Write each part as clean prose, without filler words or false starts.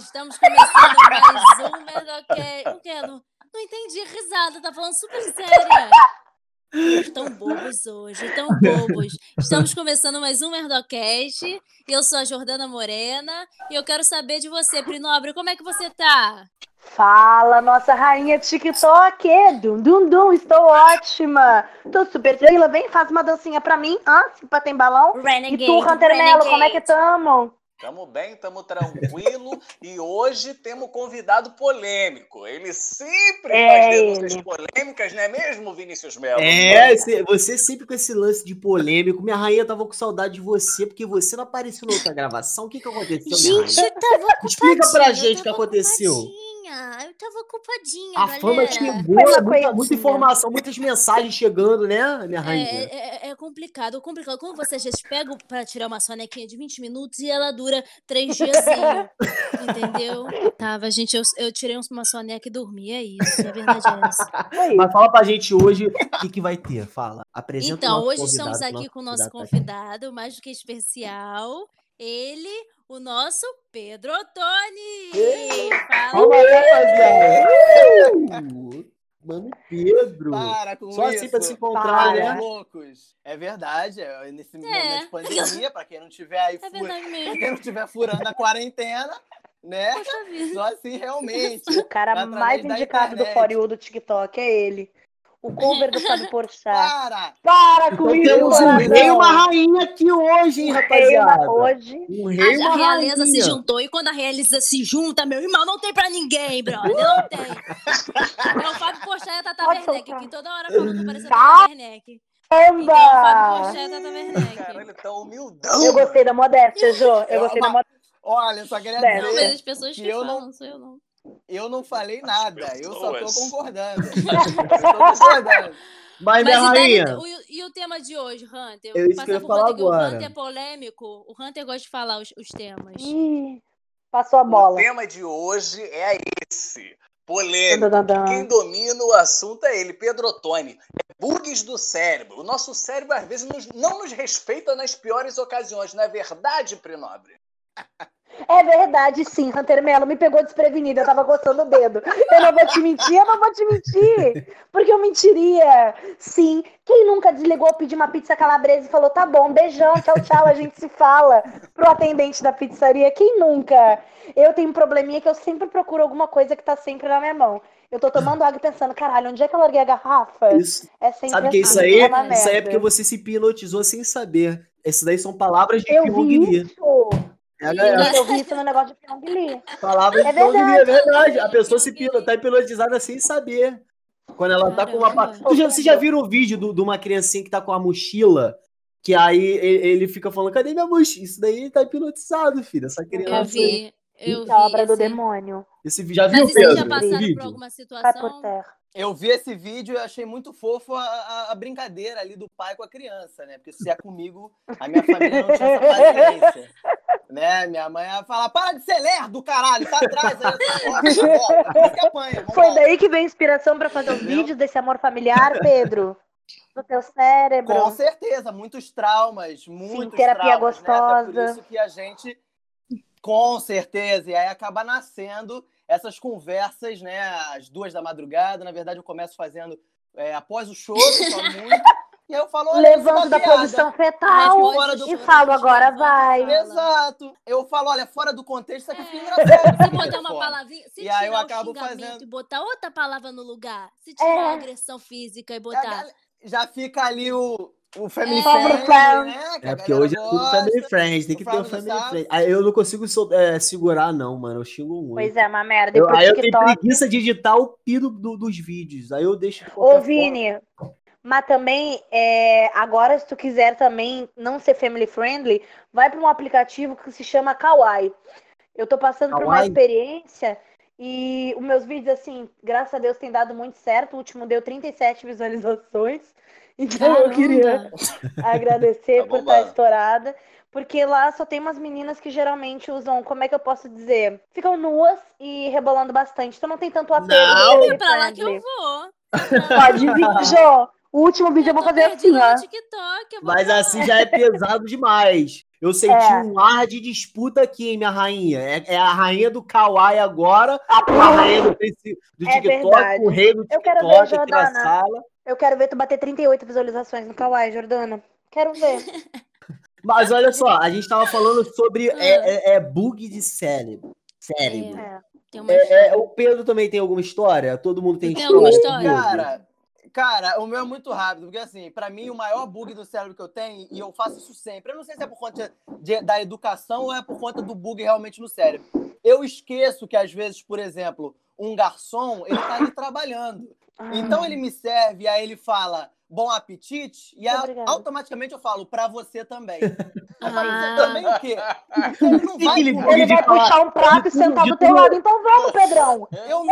Estamos começando mais um Merdocast. O quê? Não entendi a risada, tá falando super séria. Estão bobos hoje, tão bobos. Estamos começando mais um Merdocast. Eu sou a Jordana Morena e eu quero saber de você, Pri Nobre, como é que você tá? Fala, nossa rainha TikTok! Dum, estou ótima! Tô super tranquila, vem, faz uma dancinha pra mim, se pra tem balão. Renegade, E tu, Hunter Mello, como é que tamo? Tamo bem, tamo tranquilo e hoje temos convidado polêmico. Ele sempre faz denúncias polêmicas, não é mesmo, Vinícius Melo? Você sempre com esse lance de polêmico. Minha rainha tava com saudade de você, porque você não apareceu na outra gravação. O que aconteceu, minha rainha? Gente, eu tava ocupadinha. Explica pra gente o que aconteceu. Eu tava ocupadinha, A galera. fama chegou, muita informação, muitas mensagens chegando, né, minha rainha? É complicado. Quando você às vezes pega pra tirar uma sonequinha de 20 minutos e ela dura 3 diazinhos, entendeu? Tava, gente, eu tirei uma soneca e dormi, é isso, a verdade é essa. Mas fala pra gente hoje o que vai ter, fala. Apresenta então, o nosso hoje convidado, estamos aqui com o nosso convidado, mais do que especial, ele, o nosso Pedro Ottoni! Fala aí, rapaziada! Mano, Pedro! Para com Só isso. assim pra se encontrar, né? Loucos. É verdade, nesse momento de pandemia, pra quem não tiver aí É verdade mesmo. pra quem não tiver furando a quarentena, né? Poxa vida. Só assim realmente. O cara mais indicado do For You do TikTok é ele. O cover do Fábio Porchat. Para com Então isso, temos um rei e uma rainha aqui hoje, hein, rapaziada? Hoje. Um rei e uma A realeza rainha. se juntou, e quando a realeza se junta, meu irmão, não tem pra ninguém, brother, não tem. É o Fábio Porchat e a Tata Werneck, que toda hora falando que parecia a Tata Werneck. Então, o Fábio Porchat e a Tata Werneck. Caralho, tá humildão. Eu gostei da modéstia, Jô. Eu gostei da modéstia. Olha, só queria Não, mas dizer as pessoas que que eu falam, não sou eu não. Eu não falei nada, eu só tô pessoas. concordando. Eu tô concordando. Mas, minha rainha... E o tema de hoje, Hunter? É isso que eu ia falar agora. O Hunter é polêmico, o Hunter gosta de falar os temas. Passou a bola. O tema de hoje é esse. Polêmico. Dadadã. Quem domina o assunto é ele, Pedro Ottoni. É bugs do cérebro. O nosso cérebro, às vezes, não nos respeita nas piores ocasiões. Não é verdade, Prinobre? É verdade, sim, Hunter Mello me pegou desprevenido, eu tava coçando o dedo. Eu não vou te mentir, porque eu mentiria. Sim, quem nunca desligou, pediu uma pizza calabresa e falou, tá bom, beijão, tchau, a gente se fala, pro atendente da pizzaria, quem nunca? Eu tenho um probleminha que eu sempre procuro alguma coisa que tá sempre na minha mão. Eu tô tomando água e pensando, caralho, onde é que eu larguei a garrafa? Isso. É sempre Sabe o que é isso assim, aí? é uma Isso aí é merda. porque você se hipnotizou sem saber. Essas daí são palavras de Eu Pyong vi Lee. isso. É, Eu vi isso no negócio de Pyong Lee. palavras de É Pyong Lee, é verdade. A pessoa Pyong tá hipnotizada sem saber. Quando ela tá com uma... Caramba. Vocês já viram o vídeo de uma criancinha que tá com a mochila? Que aí ele fica falando, cadê minha mochila? Isso daí tá hipnotizado, filho. Essa criança Eu vi Obra do esse. demônio. Esse vídeo. Já viu, Mas e vocês Pedro? já esse passaram vídeo? por alguma Cai por situação? terra. Eu vi esse vídeo e achei muito fofo a brincadeira ali do pai com a criança, né? Porque se é comigo, a minha família não tinha essa paciência. Né? Minha mãe ia falar, para de ser lerdo, caralho, tá atrás aí. Foi daí que veio a inspiração pra fazer os vídeos desse amor familiar, Pedro? No teu cérebro. Com certeza, muitos traumas, muitos terapia traumas, gostosa. né? Até por isso que a gente, com certeza, e aí acaba nascendo essas conversas, né, às 2 da madrugada. Na verdade, eu começo fazendo após o show, eu falo muito, e aí eu falo, olha, Levanto da posição fetal e falo, agora vai. Exato. Eu falo, olha, fora do contexto, isso aqui fica engraçado. Se botar uma palavrinha, se E aí eu tirar o acabo xingamento fazendo. e botar outra palavra no lugar, se tirar a agressão física e botar... Já fica ali o family Family friend, né? que a porque galera hoje é tudo family friends, tem que ter o family friend. Aí eu não consigo segurar, não, mano. Eu xingo muito. Pois é, uma merda. E pro Aí eu tenho TikTok... preguiça de editar o pino dos vídeos. Aí eu deixo... Ô, Vini, mas também, agora se tu quiser também não ser family friendly, vai para um aplicativo que se chama Kawaii. Eu tô passando por uma Kawaii? experiência e os meus vídeos, assim, graças a Deus, tem dado muito certo. O último deu 37 visualizações. Então eu queria agradecer por estar estourada. Porque lá só tem umas meninas que geralmente usam, como é que eu posso dizer? Ficam nuas e rebolando bastante. Então não tem tanto apelo. Não, É pra lá que eu vou. Pode vir, Jô. O último vídeo eu vou fazer assim, ó. TikTok, Mas assim já é pesado demais. Eu senti um ar de disputa aqui, hein, minha rainha. É a rainha do Kawaii agora, a rainha do TikTok, verdade. o rei do Eu quero ver, TikTok aqui na Jordana. sala. Eu quero ver tu bater 38 visualizações no Kawaii, Jordana. Quero ver. Mas olha só, a gente tava falando sobre bug de cérebro. Tem uma história. O Pedro também tem alguma história? Todo mundo tem Tem alguma história? Cara, o meu é muito rápido, porque assim, pra mim o maior bug do cérebro que eu tenho, e eu faço isso sempre, eu não sei se é por conta da educação ou é por conta do bug realmente no cérebro. Eu esqueço que às vezes, por exemplo, um garçom, ele tá ali trabalhando. Então ele me serve, aí ele fala, bom apetite, e automaticamente eu falo, pra você também. Pra você também o quê? Ele não vai... Ele vai puxar um prato e sentar do teu lado. Então vamos, Pedrão. Eu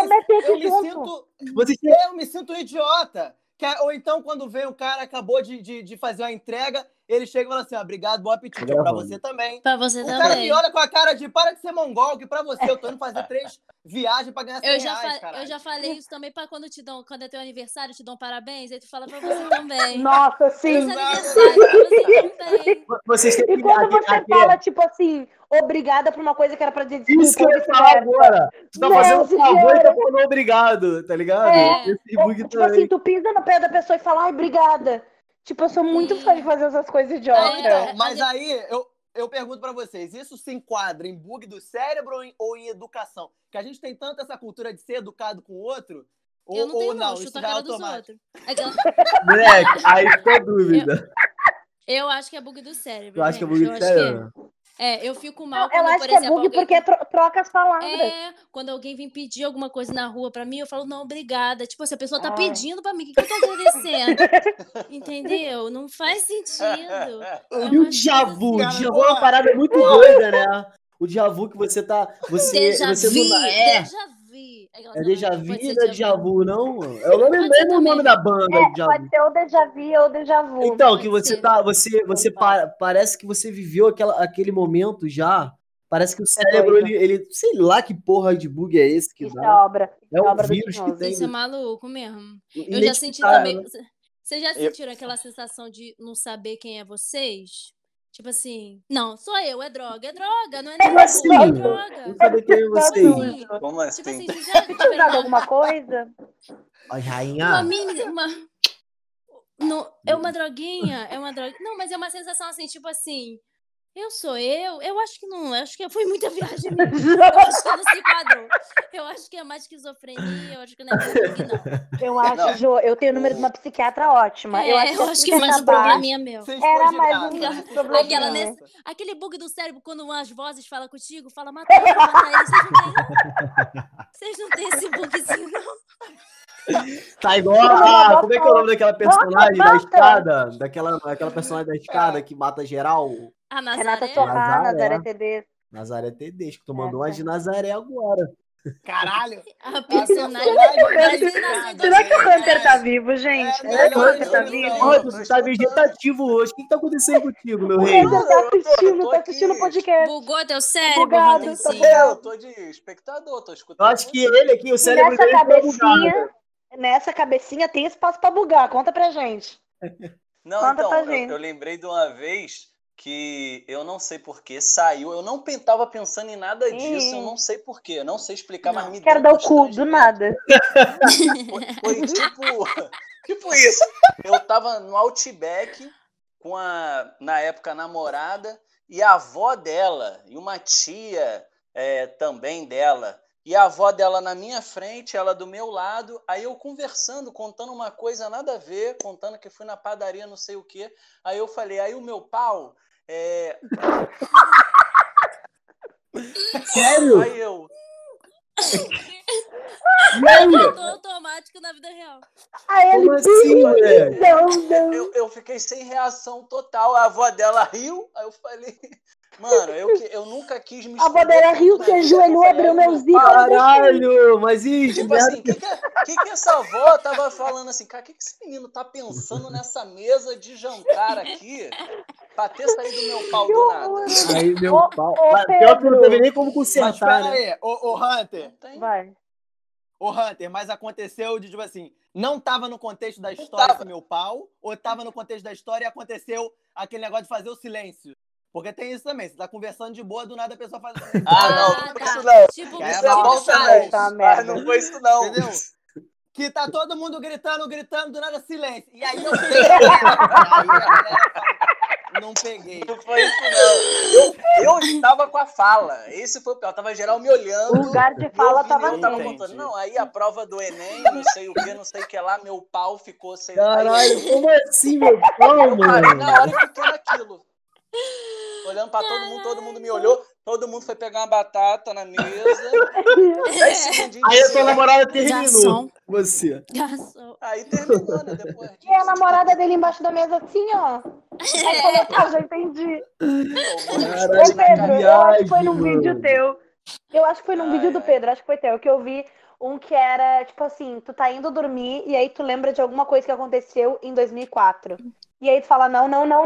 me sinto um idiota. Ou então, quando vem o cara, acabou de fazer uma entrega, ele chega e fala assim, obrigado, bom apetite. Pra você também. Pra você também. O cara me olha com a cara de, para de ser mongol, que pra você eu tô indo fazer 3 viagens pra ganhar 100 reais, caralho. Eu já falei isso também pra quando é teu aniversário, te dão parabéns, aí tu fala pra você também. Nossa, sim. Vocês têm e quando você fala, tipo assim, obrigada por uma coisa que era pra dizer desculpa. Isso que eu ia falar agora. Tu tá fazendo um favor e tá falando obrigado, tá ligado? Tipo assim, tu pisa no pé da pessoa e fala, ai, obrigada. Tipo, eu sou muito fã de fazer essas coisas idiotas. Então, mas aí, eu pergunto pra vocês, isso se enquadra em bug do cérebro ou em educação? Que a gente tem tanto essa cultura de ser educado com o outro, ou não, isso já é automático. Moleque, aí ficou a dúvida. Eu acho que é bug do cérebro. Tu acha que é bug do cérebro? Eu fico mal quando, eu acho que é bug porque troca as palavras. Quando alguém vem pedir alguma coisa na rua pra mim, eu falo, não, obrigada. Tipo, se a pessoa tá pedindo pra mim, o que eu tô agradecendo? Entendeu? Não faz sentido. E o déjà vu? O déjà vu é uma parada muito doida, né? O déjà vu que você tá... Déjà vu. É déjà vu ou déjà vu, não? Eu não lembro o nome da banda. Pode ser o déjà vu ou déjà vu. Então, que você parece que você viveu aquele momento já. Parece que o cérebro, ele sei lá que porra de bug é esse que isso dá. É obra. É um vírus que tem. Isso é maluco mesmo. Eu já senti também... Vocês já sentiram aquela sensação de não saber quem é vocês? Tipo assim, não, sou eu, é droga, não é nada, assim? É droga. Não saber quem é vocês. Como assim? Tipo assim, vocês já tiveram alguma coisa? Ai, rainha. É uma droguinha, Não, mas é uma sensação assim, tipo assim, eu acho que não, acho que foi muita viagem mesmo. Eu acho que não se enquadrou. Eu acho que é mais esquizofrenia, eu acho que não é bug, não. Eu acho, Jo, eu tenho o número de uma psiquiatra ótima. Eu acho que é mais um probleminha meu. Era mais um probleminha. Aquele bug do cérebro, quando as vozes falam contigo, fala, mata ele. Vocês não tem esse bugzinho, não? Tá igual como é que é o nome daquela personagem da escada? Daquela personagem da escada que mata geral? A Nazaré. Renata Torrá, Nazaré Tedesco. Nazaré Tedesco, tu mandou uma de Nazaré agora. Caralho! A personagem. Será que o Hunter tá vivo, gente? Será que o Hunter tá vivo? Você tá vegetativo hoje. O que tá acontecendo contigo, meu rei? O Hunter tá assistindo o podcast. Bugou teu cérebro, Hunterzinho. Eu tô de espectador, tô escutando. Eu acho que ele aqui, o cérebro dele tá bugado. Nessa cabecinha tem espaço pra bugar. Conta pra gente. Não, Conta então, pra gente. eu lembrei de uma vez que eu não sei porquê, saiu. Eu não tava pensando em nada disso, eu não sei porquê. Eu não sei explicar, mas me quero dar o cu do nada. Foi tipo isso. Eu tava no Outback com na época, namorada, e a avó dela, e uma tia também dela. E a avó dela na minha frente, ela do meu lado, aí eu conversando, contando uma coisa nada a ver, contando que fui na padaria, não sei o quê. Aí eu falei, aí o meu pau Sério? Aí eu... automático na vida real. Aí ele... Como assim, moleque? Não. Eu fiquei sem reação total. A avó dela riu, aí eu falei... Mano, eu nunca quis me... A avó dela riu, se ajoelhou, abriu meu zíper. Caralho, mas isso... Tipo assim, o que essa avó tava falando assim? Cara, o que esse menino tá pensando nessa mesa de jantar aqui pra ter saído do meu pau do nada? Aí, meu pau... Pior que eu não teve nem como consertar, mas pera aí, ô Hunter. Vai. Ô Hunter, mas aconteceu de, tipo assim, não tava no contexto da história esse meu pau, ou tava no contexto da história e aconteceu aquele negócio de fazer o silêncio? Porque tem isso também. Você tá conversando de boa, do nada a pessoa faz assim. Não foi tá. isso não. Tipo, É Isso é bom também. Tá, Mas merda. não foi isso não. Entendeu? Que tá todo mundo gritando, do nada silêncio. E aí eu peguei. Aí a galera fala, não peguei. Não foi isso não. Eu estava com a fala. Esse foi o pior. Eu tava geral me olhando. O lugar de fala tava eu tava assim. contando. Não, aí a prova do Enem, não sei o que, não sei o que lá, meu pau ficou sem. Caralho, como assim, meu pau, Eu parei mano? na hora e fiquei naquilo. Olhando pra todo mundo me olhou, todo mundo foi pegar uma batata na mesa. 10 segundinhos Aí de a tua silêncio. namorada terminou. Garçom. Você. Garçom. Aí terminou, né? Depois disso. E a namorada dele embaixo da mesa assim, ó. Aí falou, tá, já entendi. Caralho, Ô, Pedro, eu acho que foi num viagem, vídeo mano. teu. Eu acho que foi num Ai, vídeo do ai. Pedro, acho que foi teu, que eu vi um que era, tipo assim, tu tá indo dormir e aí tu lembra de alguma coisa que aconteceu em 2004. E aí tu fala, não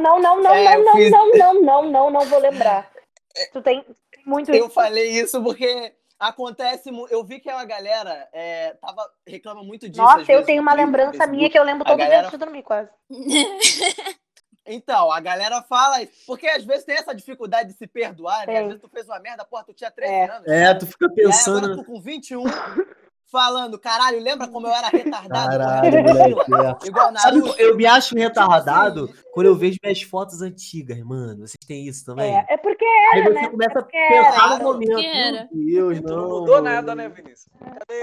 vou lembrar. Tu tem muito Eu isso. falei isso porque acontece. Eu vi que a galera reclama muito disso. Nossa, às eu vezes, tenho no uma Twitter, no lembrança Facebook. minha que eu lembro A todo dia galera- antes de dormir, quase. Então, a galera fala. Porque às vezes tem essa dificuldade de se perdoar, né? Tem. Às vezes tu fez uma merda, porra, tu tinha 13 É. anos. É, cara. tu fica E aí agora pensando. tu com 21, falando, caralho, lembra como eu era retardado? Caralho, correndo de mochila? moleque. Igual Sabe, Naruto. eu me acho retardado assim, quando eu vejo minhas fotos antigas, mano. Vocês têm isso também? É porque Aí era, você né? começa a Porque pensar era. no momento. Que era. Meu Deus, Tu não. não mudou mano. nada, né, Vinícius? Cadê?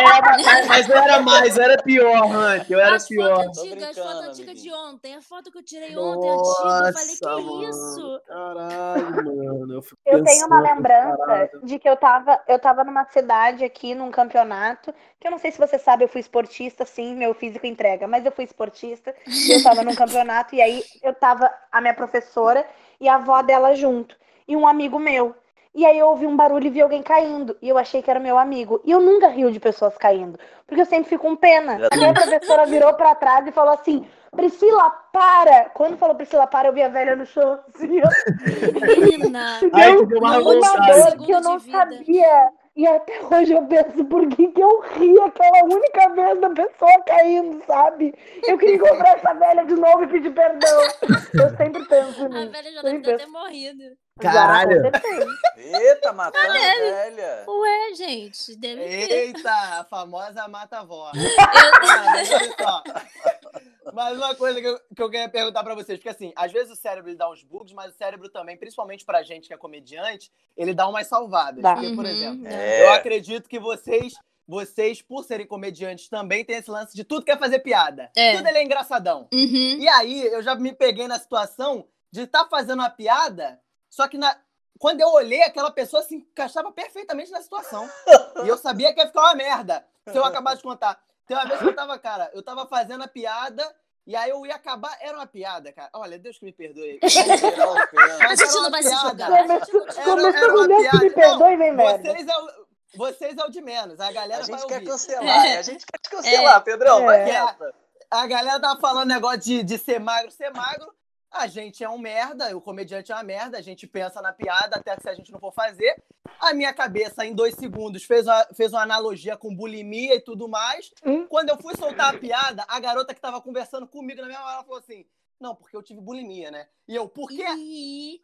Mas eu era mais, eu era pior, Hunt. Eu era As pior. fotos Tô antigas, as brincando, fotos antigas de amiguinho. ontem. A foto que eu tirei ontem, antiga. Eu falei, que mano. isso? Caralho, mano. Eu fico Eu tenho uma pensando, lembrança caralho. de que eu tava numa cidade aqui, num campeonato, que eu não sei se você sabe, eu fui esportista, sim, meu físico entrega, mas eu fui esportista, e eu tava num campeonato, e aí eu tava a minha professora e a avó dela junto, e um amigo meu. E aí eu ouvi um barulho e vi alguém caindo, e eu achei que era meu amigo. E eu nunca rio de pessoas caindo, porque eu sempre fico com pena. A minha professora virou pra trás e falou assim, Priscila, para! Quando falou Priscila, para, eu vi a velha no chão, assim, ó. Menina. Aí tu deu uma no último Uma revoltada. dor que eu não de vida. sabia. E até hoje eu penso por que eu ri aquela única vez da pessoa caindo, sabe? Eu queria encontrar essa velha de novo e pedir perdão. Eu sempre penso A nisso. velha já deve Sempre ter morrido. Caralho. Já, com certeza. Eita, matando a velha. Ué, gente, deve ter. Eita, a famosa mata-avó. Cara, mas olha só. Mas uma coisa que eu queria perguntar pra vocês, porque assim, às vezes o cérebro ele dá uns bugs, mas o cérebro também, principalmente pra gente que é comediante, ele dá umas salvadas. Dá. Porque, por Uhum, exemplo, É. eu acredito que vocês, por serem comediantes, também tem esse lance de tudo quer fazer piada. É. Tudo ele é engraçadão. Uhum. E aí, eu já me peguei na situação de estar fazendo uma piada, só que quando eu olhei, aquela pessoa se encaixava perfeitamente na situação. E eu sabia que ia ficar uma merda se eu acabar de contar. Tem uma vez que eu tava fazendo a piada, e aí eu ia acabar, era uma piada, cara. Olha, Deus que me perdoe. Não tirar o pé. A gente não vai se julgar. A gente não te julga. Começou uma com Deus que me piada. perdoe, vem merda. Vocês é o de menos, a galera A vai gente quer ouvir. cancelar, a gente quer te cancelar, Pedrão. Vai É. nessa. A galera tava falando negócio de ser magro, A gente é um merda, o comediante é uma merda, a gente pensa na piada até que se a gente não for fazer. A minha cabeça, em 2 segundos, fez uma analogia com bulimia e tudo mais. Quando eu fui soltar a piada, a garota que tava conversando comigo na minha hora, ela falou assim, não, porque eu tive bulimia, né? E eu, por quê? Ih,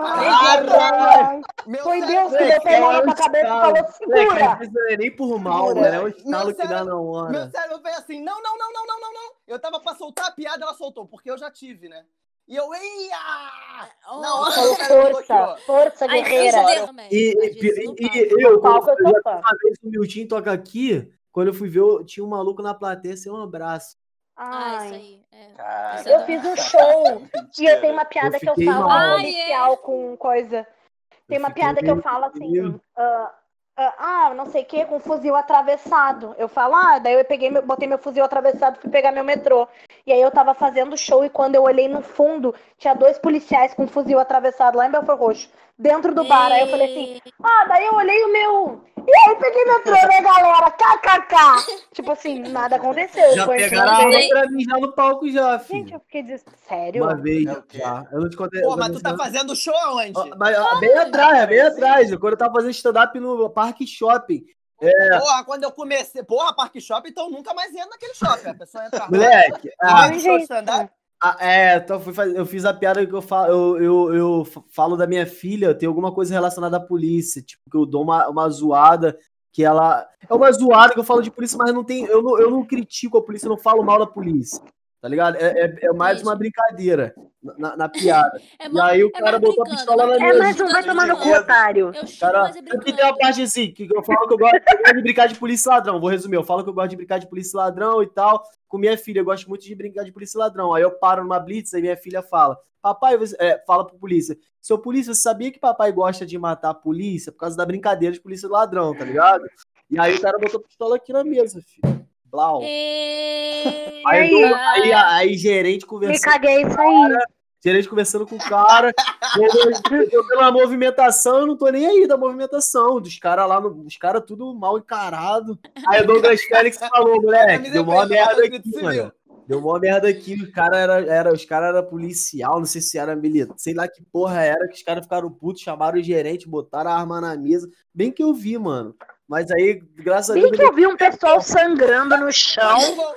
Meu Foi cérebro- Deus que botou a mão na tua cabeça e falou, Moleque, segura. às vezes não é nem por mal, Segura. mano. É um estalo Meu que dá cérebro- na Meu hora. cérebro fez assim, não. Eu tava pra soltar a piada, ela soltou, porque eu já tive, né? E eu, ia! Não, Falou o cérebro bloqueou. força Às vezes guerreira. derrama também. Às vezes não passa. Eu, Palco eu quando sou já fã. uma vez o Miltinho toca aqui, quando eu fui ver, tinha um maluco na plateia sem um abraço. Ah, isso Ai. aí. É. Cara, Isso é Eu fiz um show e eu tenho uma piada Eu que eu fiquei falo mal. no policial com coisa. Tem uma piada que eu falo assim, não sei o que, com fuzil atravessado. Eu falo, daí eu botei meu fuzil atravessado, fui pegar meu metrô. E aí eu tava fazendo show e quando eu olhei no fundo, tinha 2 policiais com fuzil atravessado lá em Belfort Roxo, dentro do bar. Aí eu falei assim, daí eu olhei o meu... E aí peguei metrô, né, galera? KKK! Tipo assim, nada aconteceu. Já Foi pegaram a assim, Mas arma aí- pra mim já no palco já, gente, filho. eu fiquei sério? Uma vez É o quê? já. Eu não te contei. Pô, mas tu tá fazendo show aonde? Bem atrás. Quando eu tava fazendo stand-up no Parque Shopping. Porra, quando eu comecei... Porra, Parque Shopping, então eu nunca mais entro naquele shopping. A pessoa entra... Moleque, Vai no show de stand-up? Então eu fiz a piada que eu falo da minha filha, tem alguma coisa relacionada à polícia, tipo, que eu dou uma zoada, que ela... É uma zoada que eu falo de polícia, mas não tem, eu não critico a polícia, eu não falo mal da polícia, tá ligado? É mais uma brincadeira na piada. E aí o cara botou a pistola na mesa. É mais um vai tomar no cu, otário. Eu xingo, Cara, mas é porque tem uma brincando. parte assim, que eu falo que eu gosto de brincar de polícia e ladrão. Vou resumir, eu falo que eu gosto de brincar de polícia e ladrão e tal. Com minha filha, eu gosto muito de brincar de polícia e ladrão. Aí eu paro numa blitz, aí minha filha fala, papai, fala pro polícia, seu polícia, você sabia que papai gosta de matar a polícia por causa da brincadeira de polícia e ladrão, tá ligado? E aí o cara botou a pistola aqui na mesa, filho. Blau. Aí gerente Me conversando. caguei isso aí. Gerente conversando com o cara, eu pela movimentação, eu não tô nem aí da movimentação, dos caras lá, os caras tudo mal encarado. Aí o Douglas Félix falou, moleque, deu mó merda aqui, mano. Deu mó merda aqui, os caras eram policial, não sei se era militar, sei lá que porra era, que os caras ficaram putos, chamaram o gerente, botaram a arma na mesa. Bem que eu vi, mano. Mas aí, graças a Deus... Bem que eu vi um pessoal sangrando no chão.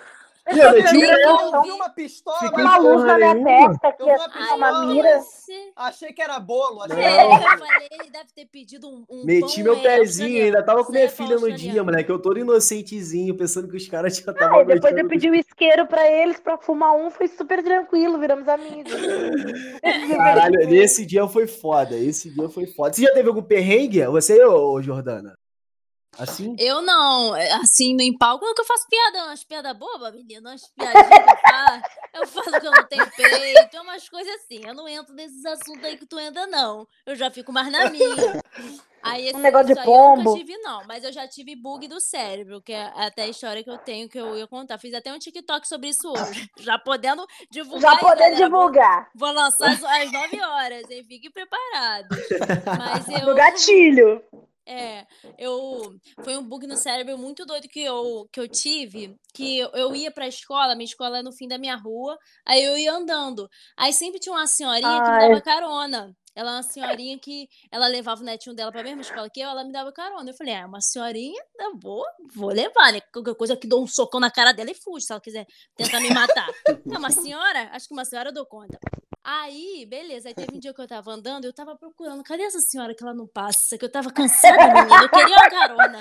Eu vi uma pistola, Fiquei Uma luz na minha nenhuma. testa aqui, Eu vi uma assim, pistola, uma mira. achei que era bolo. Achei Não. que era Eu bolo. falei, ele deve ter pedido um Meti pão meu pezinho, australiano. ainda tava com minha Zé, pão filha no dia, australiano. moleque. Eu todo inocentezinho, pensando que os caras já estavam E depois eu aguentando. pedi o isqueiro pra eles pra fumar um, foi super tranquilo, viramos amigos. Caralho, nesse dia foi foda. Esse dia foi foda. Você já teve algum perrengue? Você, ô Jordana? Assim? Eu não, assim, no em palco, não que eu faço piada, umas piadas bobas, menina, umas piadinhas que eu falo que eu não tenho peito, umas coisas assim. Eu não entro nesses assuntos aí que tu entra, não. Eu já fico mais na minha. Aí esse negócio de isso aí eu nunca pombo. tive, não. Mas eu já tive bug do cérebro, que é até a história que eu tenho, que eu ia contar. Fiz até um TikTok sobre isso hoje. Já podendo divulgar. Já aí, podendo galera. divulgar. Vou lançar às 9 horas, hein? Fiquem preparados. Mas eu... No gatilho. Foi um bug no cérebro muito doido que eu tive, que eu ia pra escola, minha escola é no fim da minha rua, aí eu ia andando. Aí sempre tinha uma senhorinha que me dava carona. Ela é uma senhorinha que ela levava o netinho dela pra mesma escola que eu, ela me dava carona. Eu falei, uma senhorinha, eu vou levar, né? Qualquer coisa que dou um socão na cara dela e fujo, se ela quiser tentar me matar. É uma senhora? Acho que uma senhora eu dou conta. Aí, beleza, aí teve um dia que eu tava andando, eu tava procurando, cadê essa senhora que ela não passa? Que eu tava cansada, menina, eu queria uma carona.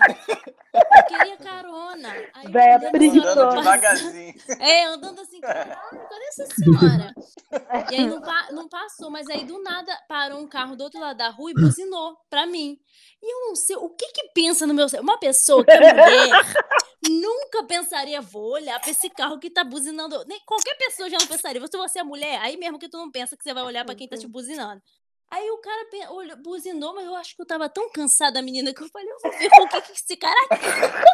Aí, Véia eu preguiçosa. Andando devagarzinho. andando assim, caralho, cadê essa senhora? E aí não passou, mas aí do nada parou um carro do outro lado da rua e buzinou pra mim. E eu não sei, o que pensa no meu... Uma pessoa que é mulher... Nunca pensaria, vou olhar pra esse carro que tá buzinando. Nem qualquer pessoa já não pensaria. Se você é mulher, aí mesmo que tu não pensa que você vai olhar pra quem tá te buzinando. Aí o cara buzinou, mas eu acho que eu tava tão cansada, menina, que eu falei, eu vou ver o que esse cara quer.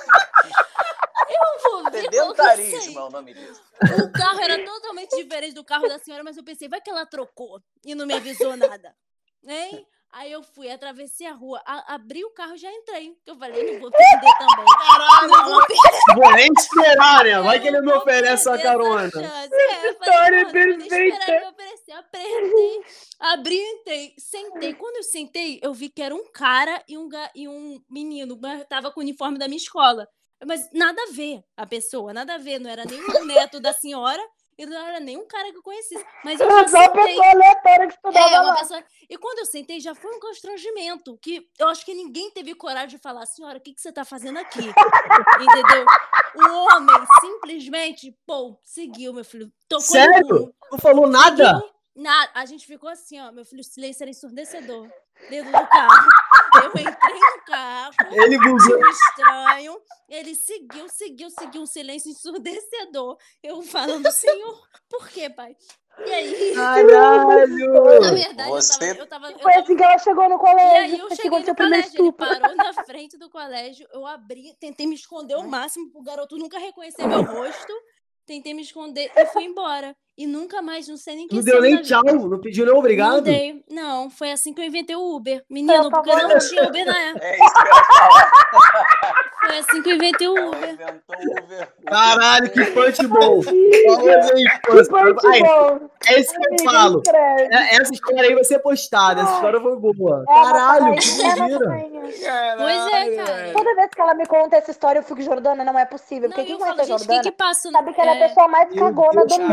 Eu vou ver. Sedentarismo é o nome disso. O carro era totalmente diferente do carro da senhora, mas eu pensei, vai que ela trocou e não me avisou nada. Hein? Aí eu fui, atravessei a rua, abri o carro e já entrei. Eu falei, não vou perder também. Caralho! Vou nem esperar, né? Vai que ele me oferece a carona. História perfeita. Apertei, abri e entrei. Sentei. Quando eu sentei, eu vi que era um cara e um menino. Tava com o uniforme da minha escola. Mas nada a ver a pessoa, nada a ver. Não era nem o neto da senhora. E não era nenhum cara que eu conhecesse. Mas eu já Só uma sentei. pessoa aleatória que estudava lá. E quando eu sentei, já foi um constrangimento. Que eu acho que ninguém teve coragem de falar, senhora, o que você tá fazendo aqui? Entendeu? O homem simplesmente, seguiu, meu filho. Tocou Sério? Não falou nada? Seguiu, nada. A gente ficou assim, ó. Meu filho, o silêncio era ensurdecedor. Dentro do carro. Eu entrei no carro. Ele buzou. Estranho. Ele seguiu um silêncio ensurdecedor. Eu falando, Senhor, por quê, pai? E aí? Caralho! Na verdade, eu tava Foi assim que ela chegou no colégio. E aí eu Foi cheguei quando seu no primeiro colégio, ele estupro. parou na frente do colégio, eu abri, tentei me esconder o máximo pro garoto nunca reconhecer meu rosto, tentei me esconder e fui embora. E nunca mais, não sei nem quem Não deu nem tchau, não pediu nem obrigado? Não dei, não, foi assim que eu inventei o Uber. Menino, porque não tinha Uber na época. É isso que eu ia falar. Foi assim que eu inventei o Ela Uber. inventou o Uber. Caralho, que punch bom! Que parte bom. É isso que eu falo. Essa história aí vai ser postada, essa história foi boa. Caralho, que mentira! Pois é, cara. Toda vez que ela me conta essa história, eu fico, Jordana, não é possível. Não, Porque quem eu conhece falo, a gente, Jordana que passa... sabe que ela é a pessoa mais cagona do Deus, mundo. Perdeu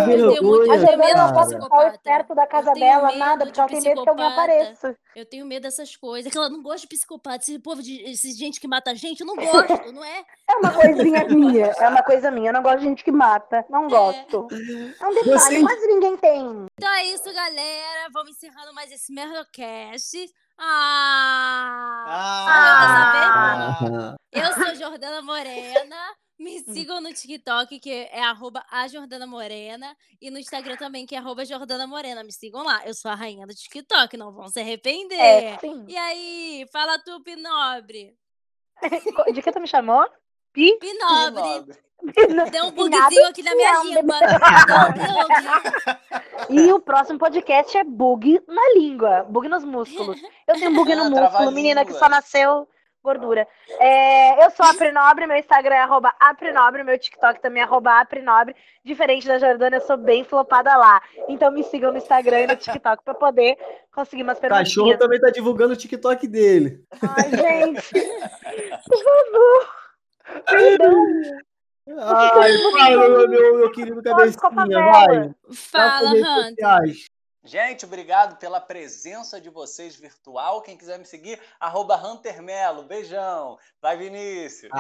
vergonha, A Jordana medo não de pode psicopata. perto da casa Eu tenho dela, medo nada, de porque ela tem medo que alguém psicopata. apareça. Eu tenho medo dessas coisas. Que ela não gosta de psicopata. Esse povo esse gente que mata gente, eu não gosto, não é? É uma coisinha minha, é uma coisa minha. Eu não gosto de gente que mata, não gosto. É um detalhe, Vocês- quase ninguém tem. Então é isso, galera. Vamos encerrando mais esse Merdocast. Sou eu dessa vez? Ah, Eu sou Jordana Morena. Me sigam no TikTok, que é @ajordanamorena. E no Instagram também, que é @Jordana Morena. Me sigam lá. Eu sou a rainha do TikTok, não vão se arrepender. É, sim. E aí, fala tu, Pinobre. De que tu me chamou? Pi? Pinobre. Deu um Pinado bugzinho aqui na minha não, língua. Deu bug. E o próximo podcast é bug na língua, bug nos músculos. Eu tenho bug no músculo, trava-língua. menina que só nasceu gordura. Eu sou a Aprinobre, meu Instagram é @aprinobre, meu TikTok também é @aprinobre. Diferente da Jordana, eu sou bem flopada lá. Então me sigam no Instagram e no TikTok pra poder conseguir umas o cachorro perguntinhas. também tá divulgando o TikTok dele. Ai, gente. Por favor. Perdão. Ai, fala, meu querido Fotos com a cabecinha, favela. vai. Dá Fala, suas redes Hunter. sociais. Gente, obrigado pela presença de vocês virtual. Quem quiser me seguir, @HunterMelo. Beijão. Vai, Vinícius.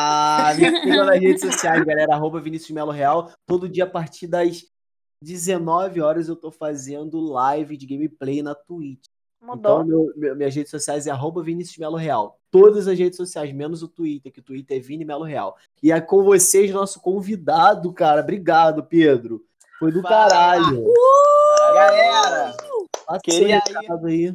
Me sigam nas redes sociais, galera. @Vinícius Melo Real. Todo dia a partir das 19 horas eu tô fazendo live de gameplay na Twitch. Mudou. Então, minhas redes sociais é @Vinícius Melo Real. Todas as redes sociais, menos o Twitter, que o Twitter é Vini Melo Real. E é com vocês, nosso convidado, cara. Obrigado, Pedro. Foi do Fala. caralho. Galera, Passa queria seu recado aí.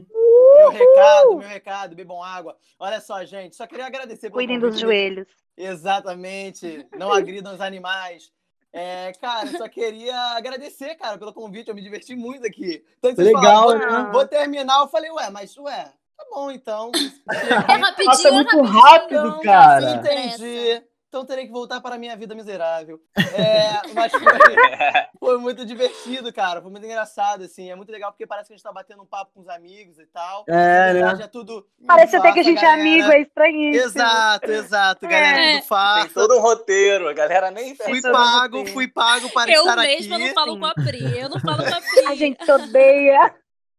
meu recado, bebam água. Olha só, gente, só queria agradecer pelo Cuidem dos convite. joelhos. Exatamente, não agridam os animais. Cara, só queria agradecer, cara, pelo convite, eu me diverti muito aqui. Tanto que Foi vocês legal, falaram, né? vou terminar, eu falei, tá bom então. É rapidinho, Passa muito rapidinho. rápido, Não cara. Entendi. Então terei que voltar para a minha vida miserável. Mas foi muito divertido, cara. Foi muito engraçado, assim. É muito legal porque parece que a gente tá batendo um papo com os amigos e tal. Na verdade, né? é tudo. Parece até que a farsa, gente é galera. amigo, é estranhíssimo. Exato, galera. É. Tudo Tem farsa. todo um roteiro. A galera nem Fui percebe. pago para Eu estar mesma aqui. não falo Sim. com a Pri. Eu não falo com a Pri. A gente se odeia.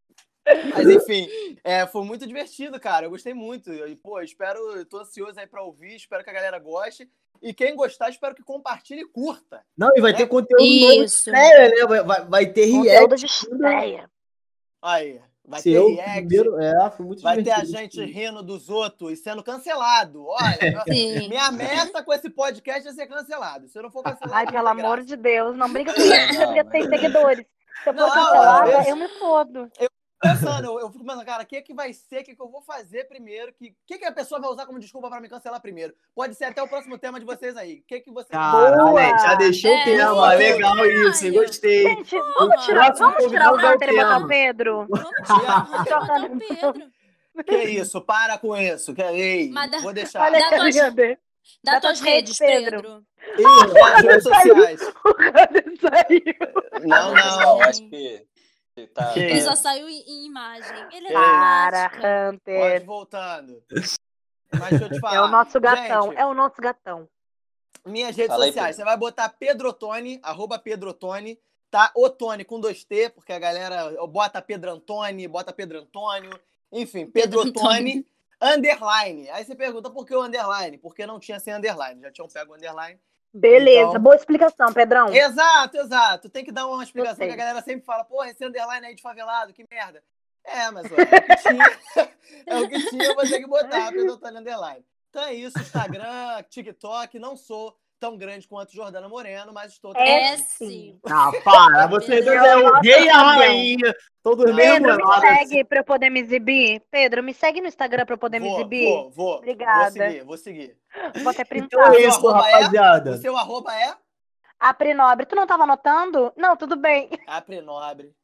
Mas enfim, foi muito divertido, cara. Eu gostei muito. E, pô, tô ansioso aí pra ouvir, espero que a galera goste. E quem gostar, espero que compartilhe e curta. Não, e vai ter conteúdo novo de Isso. estreia, né? Vai ter Conteúdo react. de estreia. Aí, vai ter Seu react. primeiro. Foi muito Vai ter a divertido. gente rindo dos outros e sendo cancelado. Olha, Sim. minha meta com esse podcast é ser cancelado. Se eu não for cancelado, Ai, não pelo tem amor graça. de Deus, não briga comigo, você Não, devia ter seguidores. Se eu for Não, cancelada, às vezes- eu me fodo. Pensando, eu fico pensando, cara, o que vai ser, o que eu vou fazer primeiro, o que a pessoa vai usar como desculpa pra me cancelar primeiro? Pode ser até o próximo tema de vocês aí. O que vocês... Caralho, Boa. já deixou o É, tema. boa. Legal isso, Olha. gostei. Gente, Porra. vamos tirar Próximo o convidado é o Hunter e botar tema. o Pedro? Vamos tirar o Hunter e botar o Pedro. Que isso, para com isso. Ei, Mas dá- vou deixar. Olha Dá que tuas- brincadeira. Dá Dá tuas tuas redes, redes, Pedro. Minhas redes sociais. O Hunter saiu. Não, Pessoal, não. acho que tá. Que Ele isso? só saiu em imagem. Ele é Para, dramática. Pode Hunter. voltando. Mas deixa eu te falar. É o nosso gatão, Gente, é o nosso gatão. minhas redes Fala aí, sociais. Pedro. Você vai botar Pedrotone, @Pedrotone, tá? Otone com 2T, porque a galera bota Pedro Antônio, bota Pedro Antônio. Enfim, Pedro Pedrotone, underline. Aí você pergunta por que o underline? Porque não tinha sem underline. Já tinham pego o underline. Beleza, Então- boa explicação, Pedrão. Exato. Tem que dar uma explicação Gostei. que a galera sempre fala, porra, esse underline aí de favelado, que merda. Mas ué, é o que tinha. É o que tinha, eu vou ter que botar, Pedrotone underline. Então é isso, Instagram, TikTok, não sou tão grande quanto Jordana Moreno, mas estou... É sim. sim. Para, vocês dois é o rei e a rainha. Todos mesmo. Pedro, me segue pra eu poder me exibir. Pedro, me segue no Instagram pra eu poder me exibir. Vou. Obrigada. Vou seguir. Vou até Então printar. é isso, Seu arroba rapaziada. O seu arroba é? Aprinobre. Tu não tava anotando? Não, tudo bem. Aprinobre.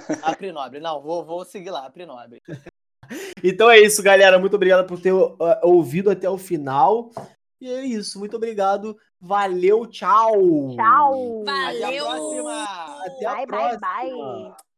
Não, vou seguir lá, Aprinobre. Então é isso, galera. Muito obrigado por ter ouvido até o final. E é isso. Muito obrigado. Valeu, tchau. Tchau. Até a Valeu. próxima. Até a Bye, bye, próxima. bye.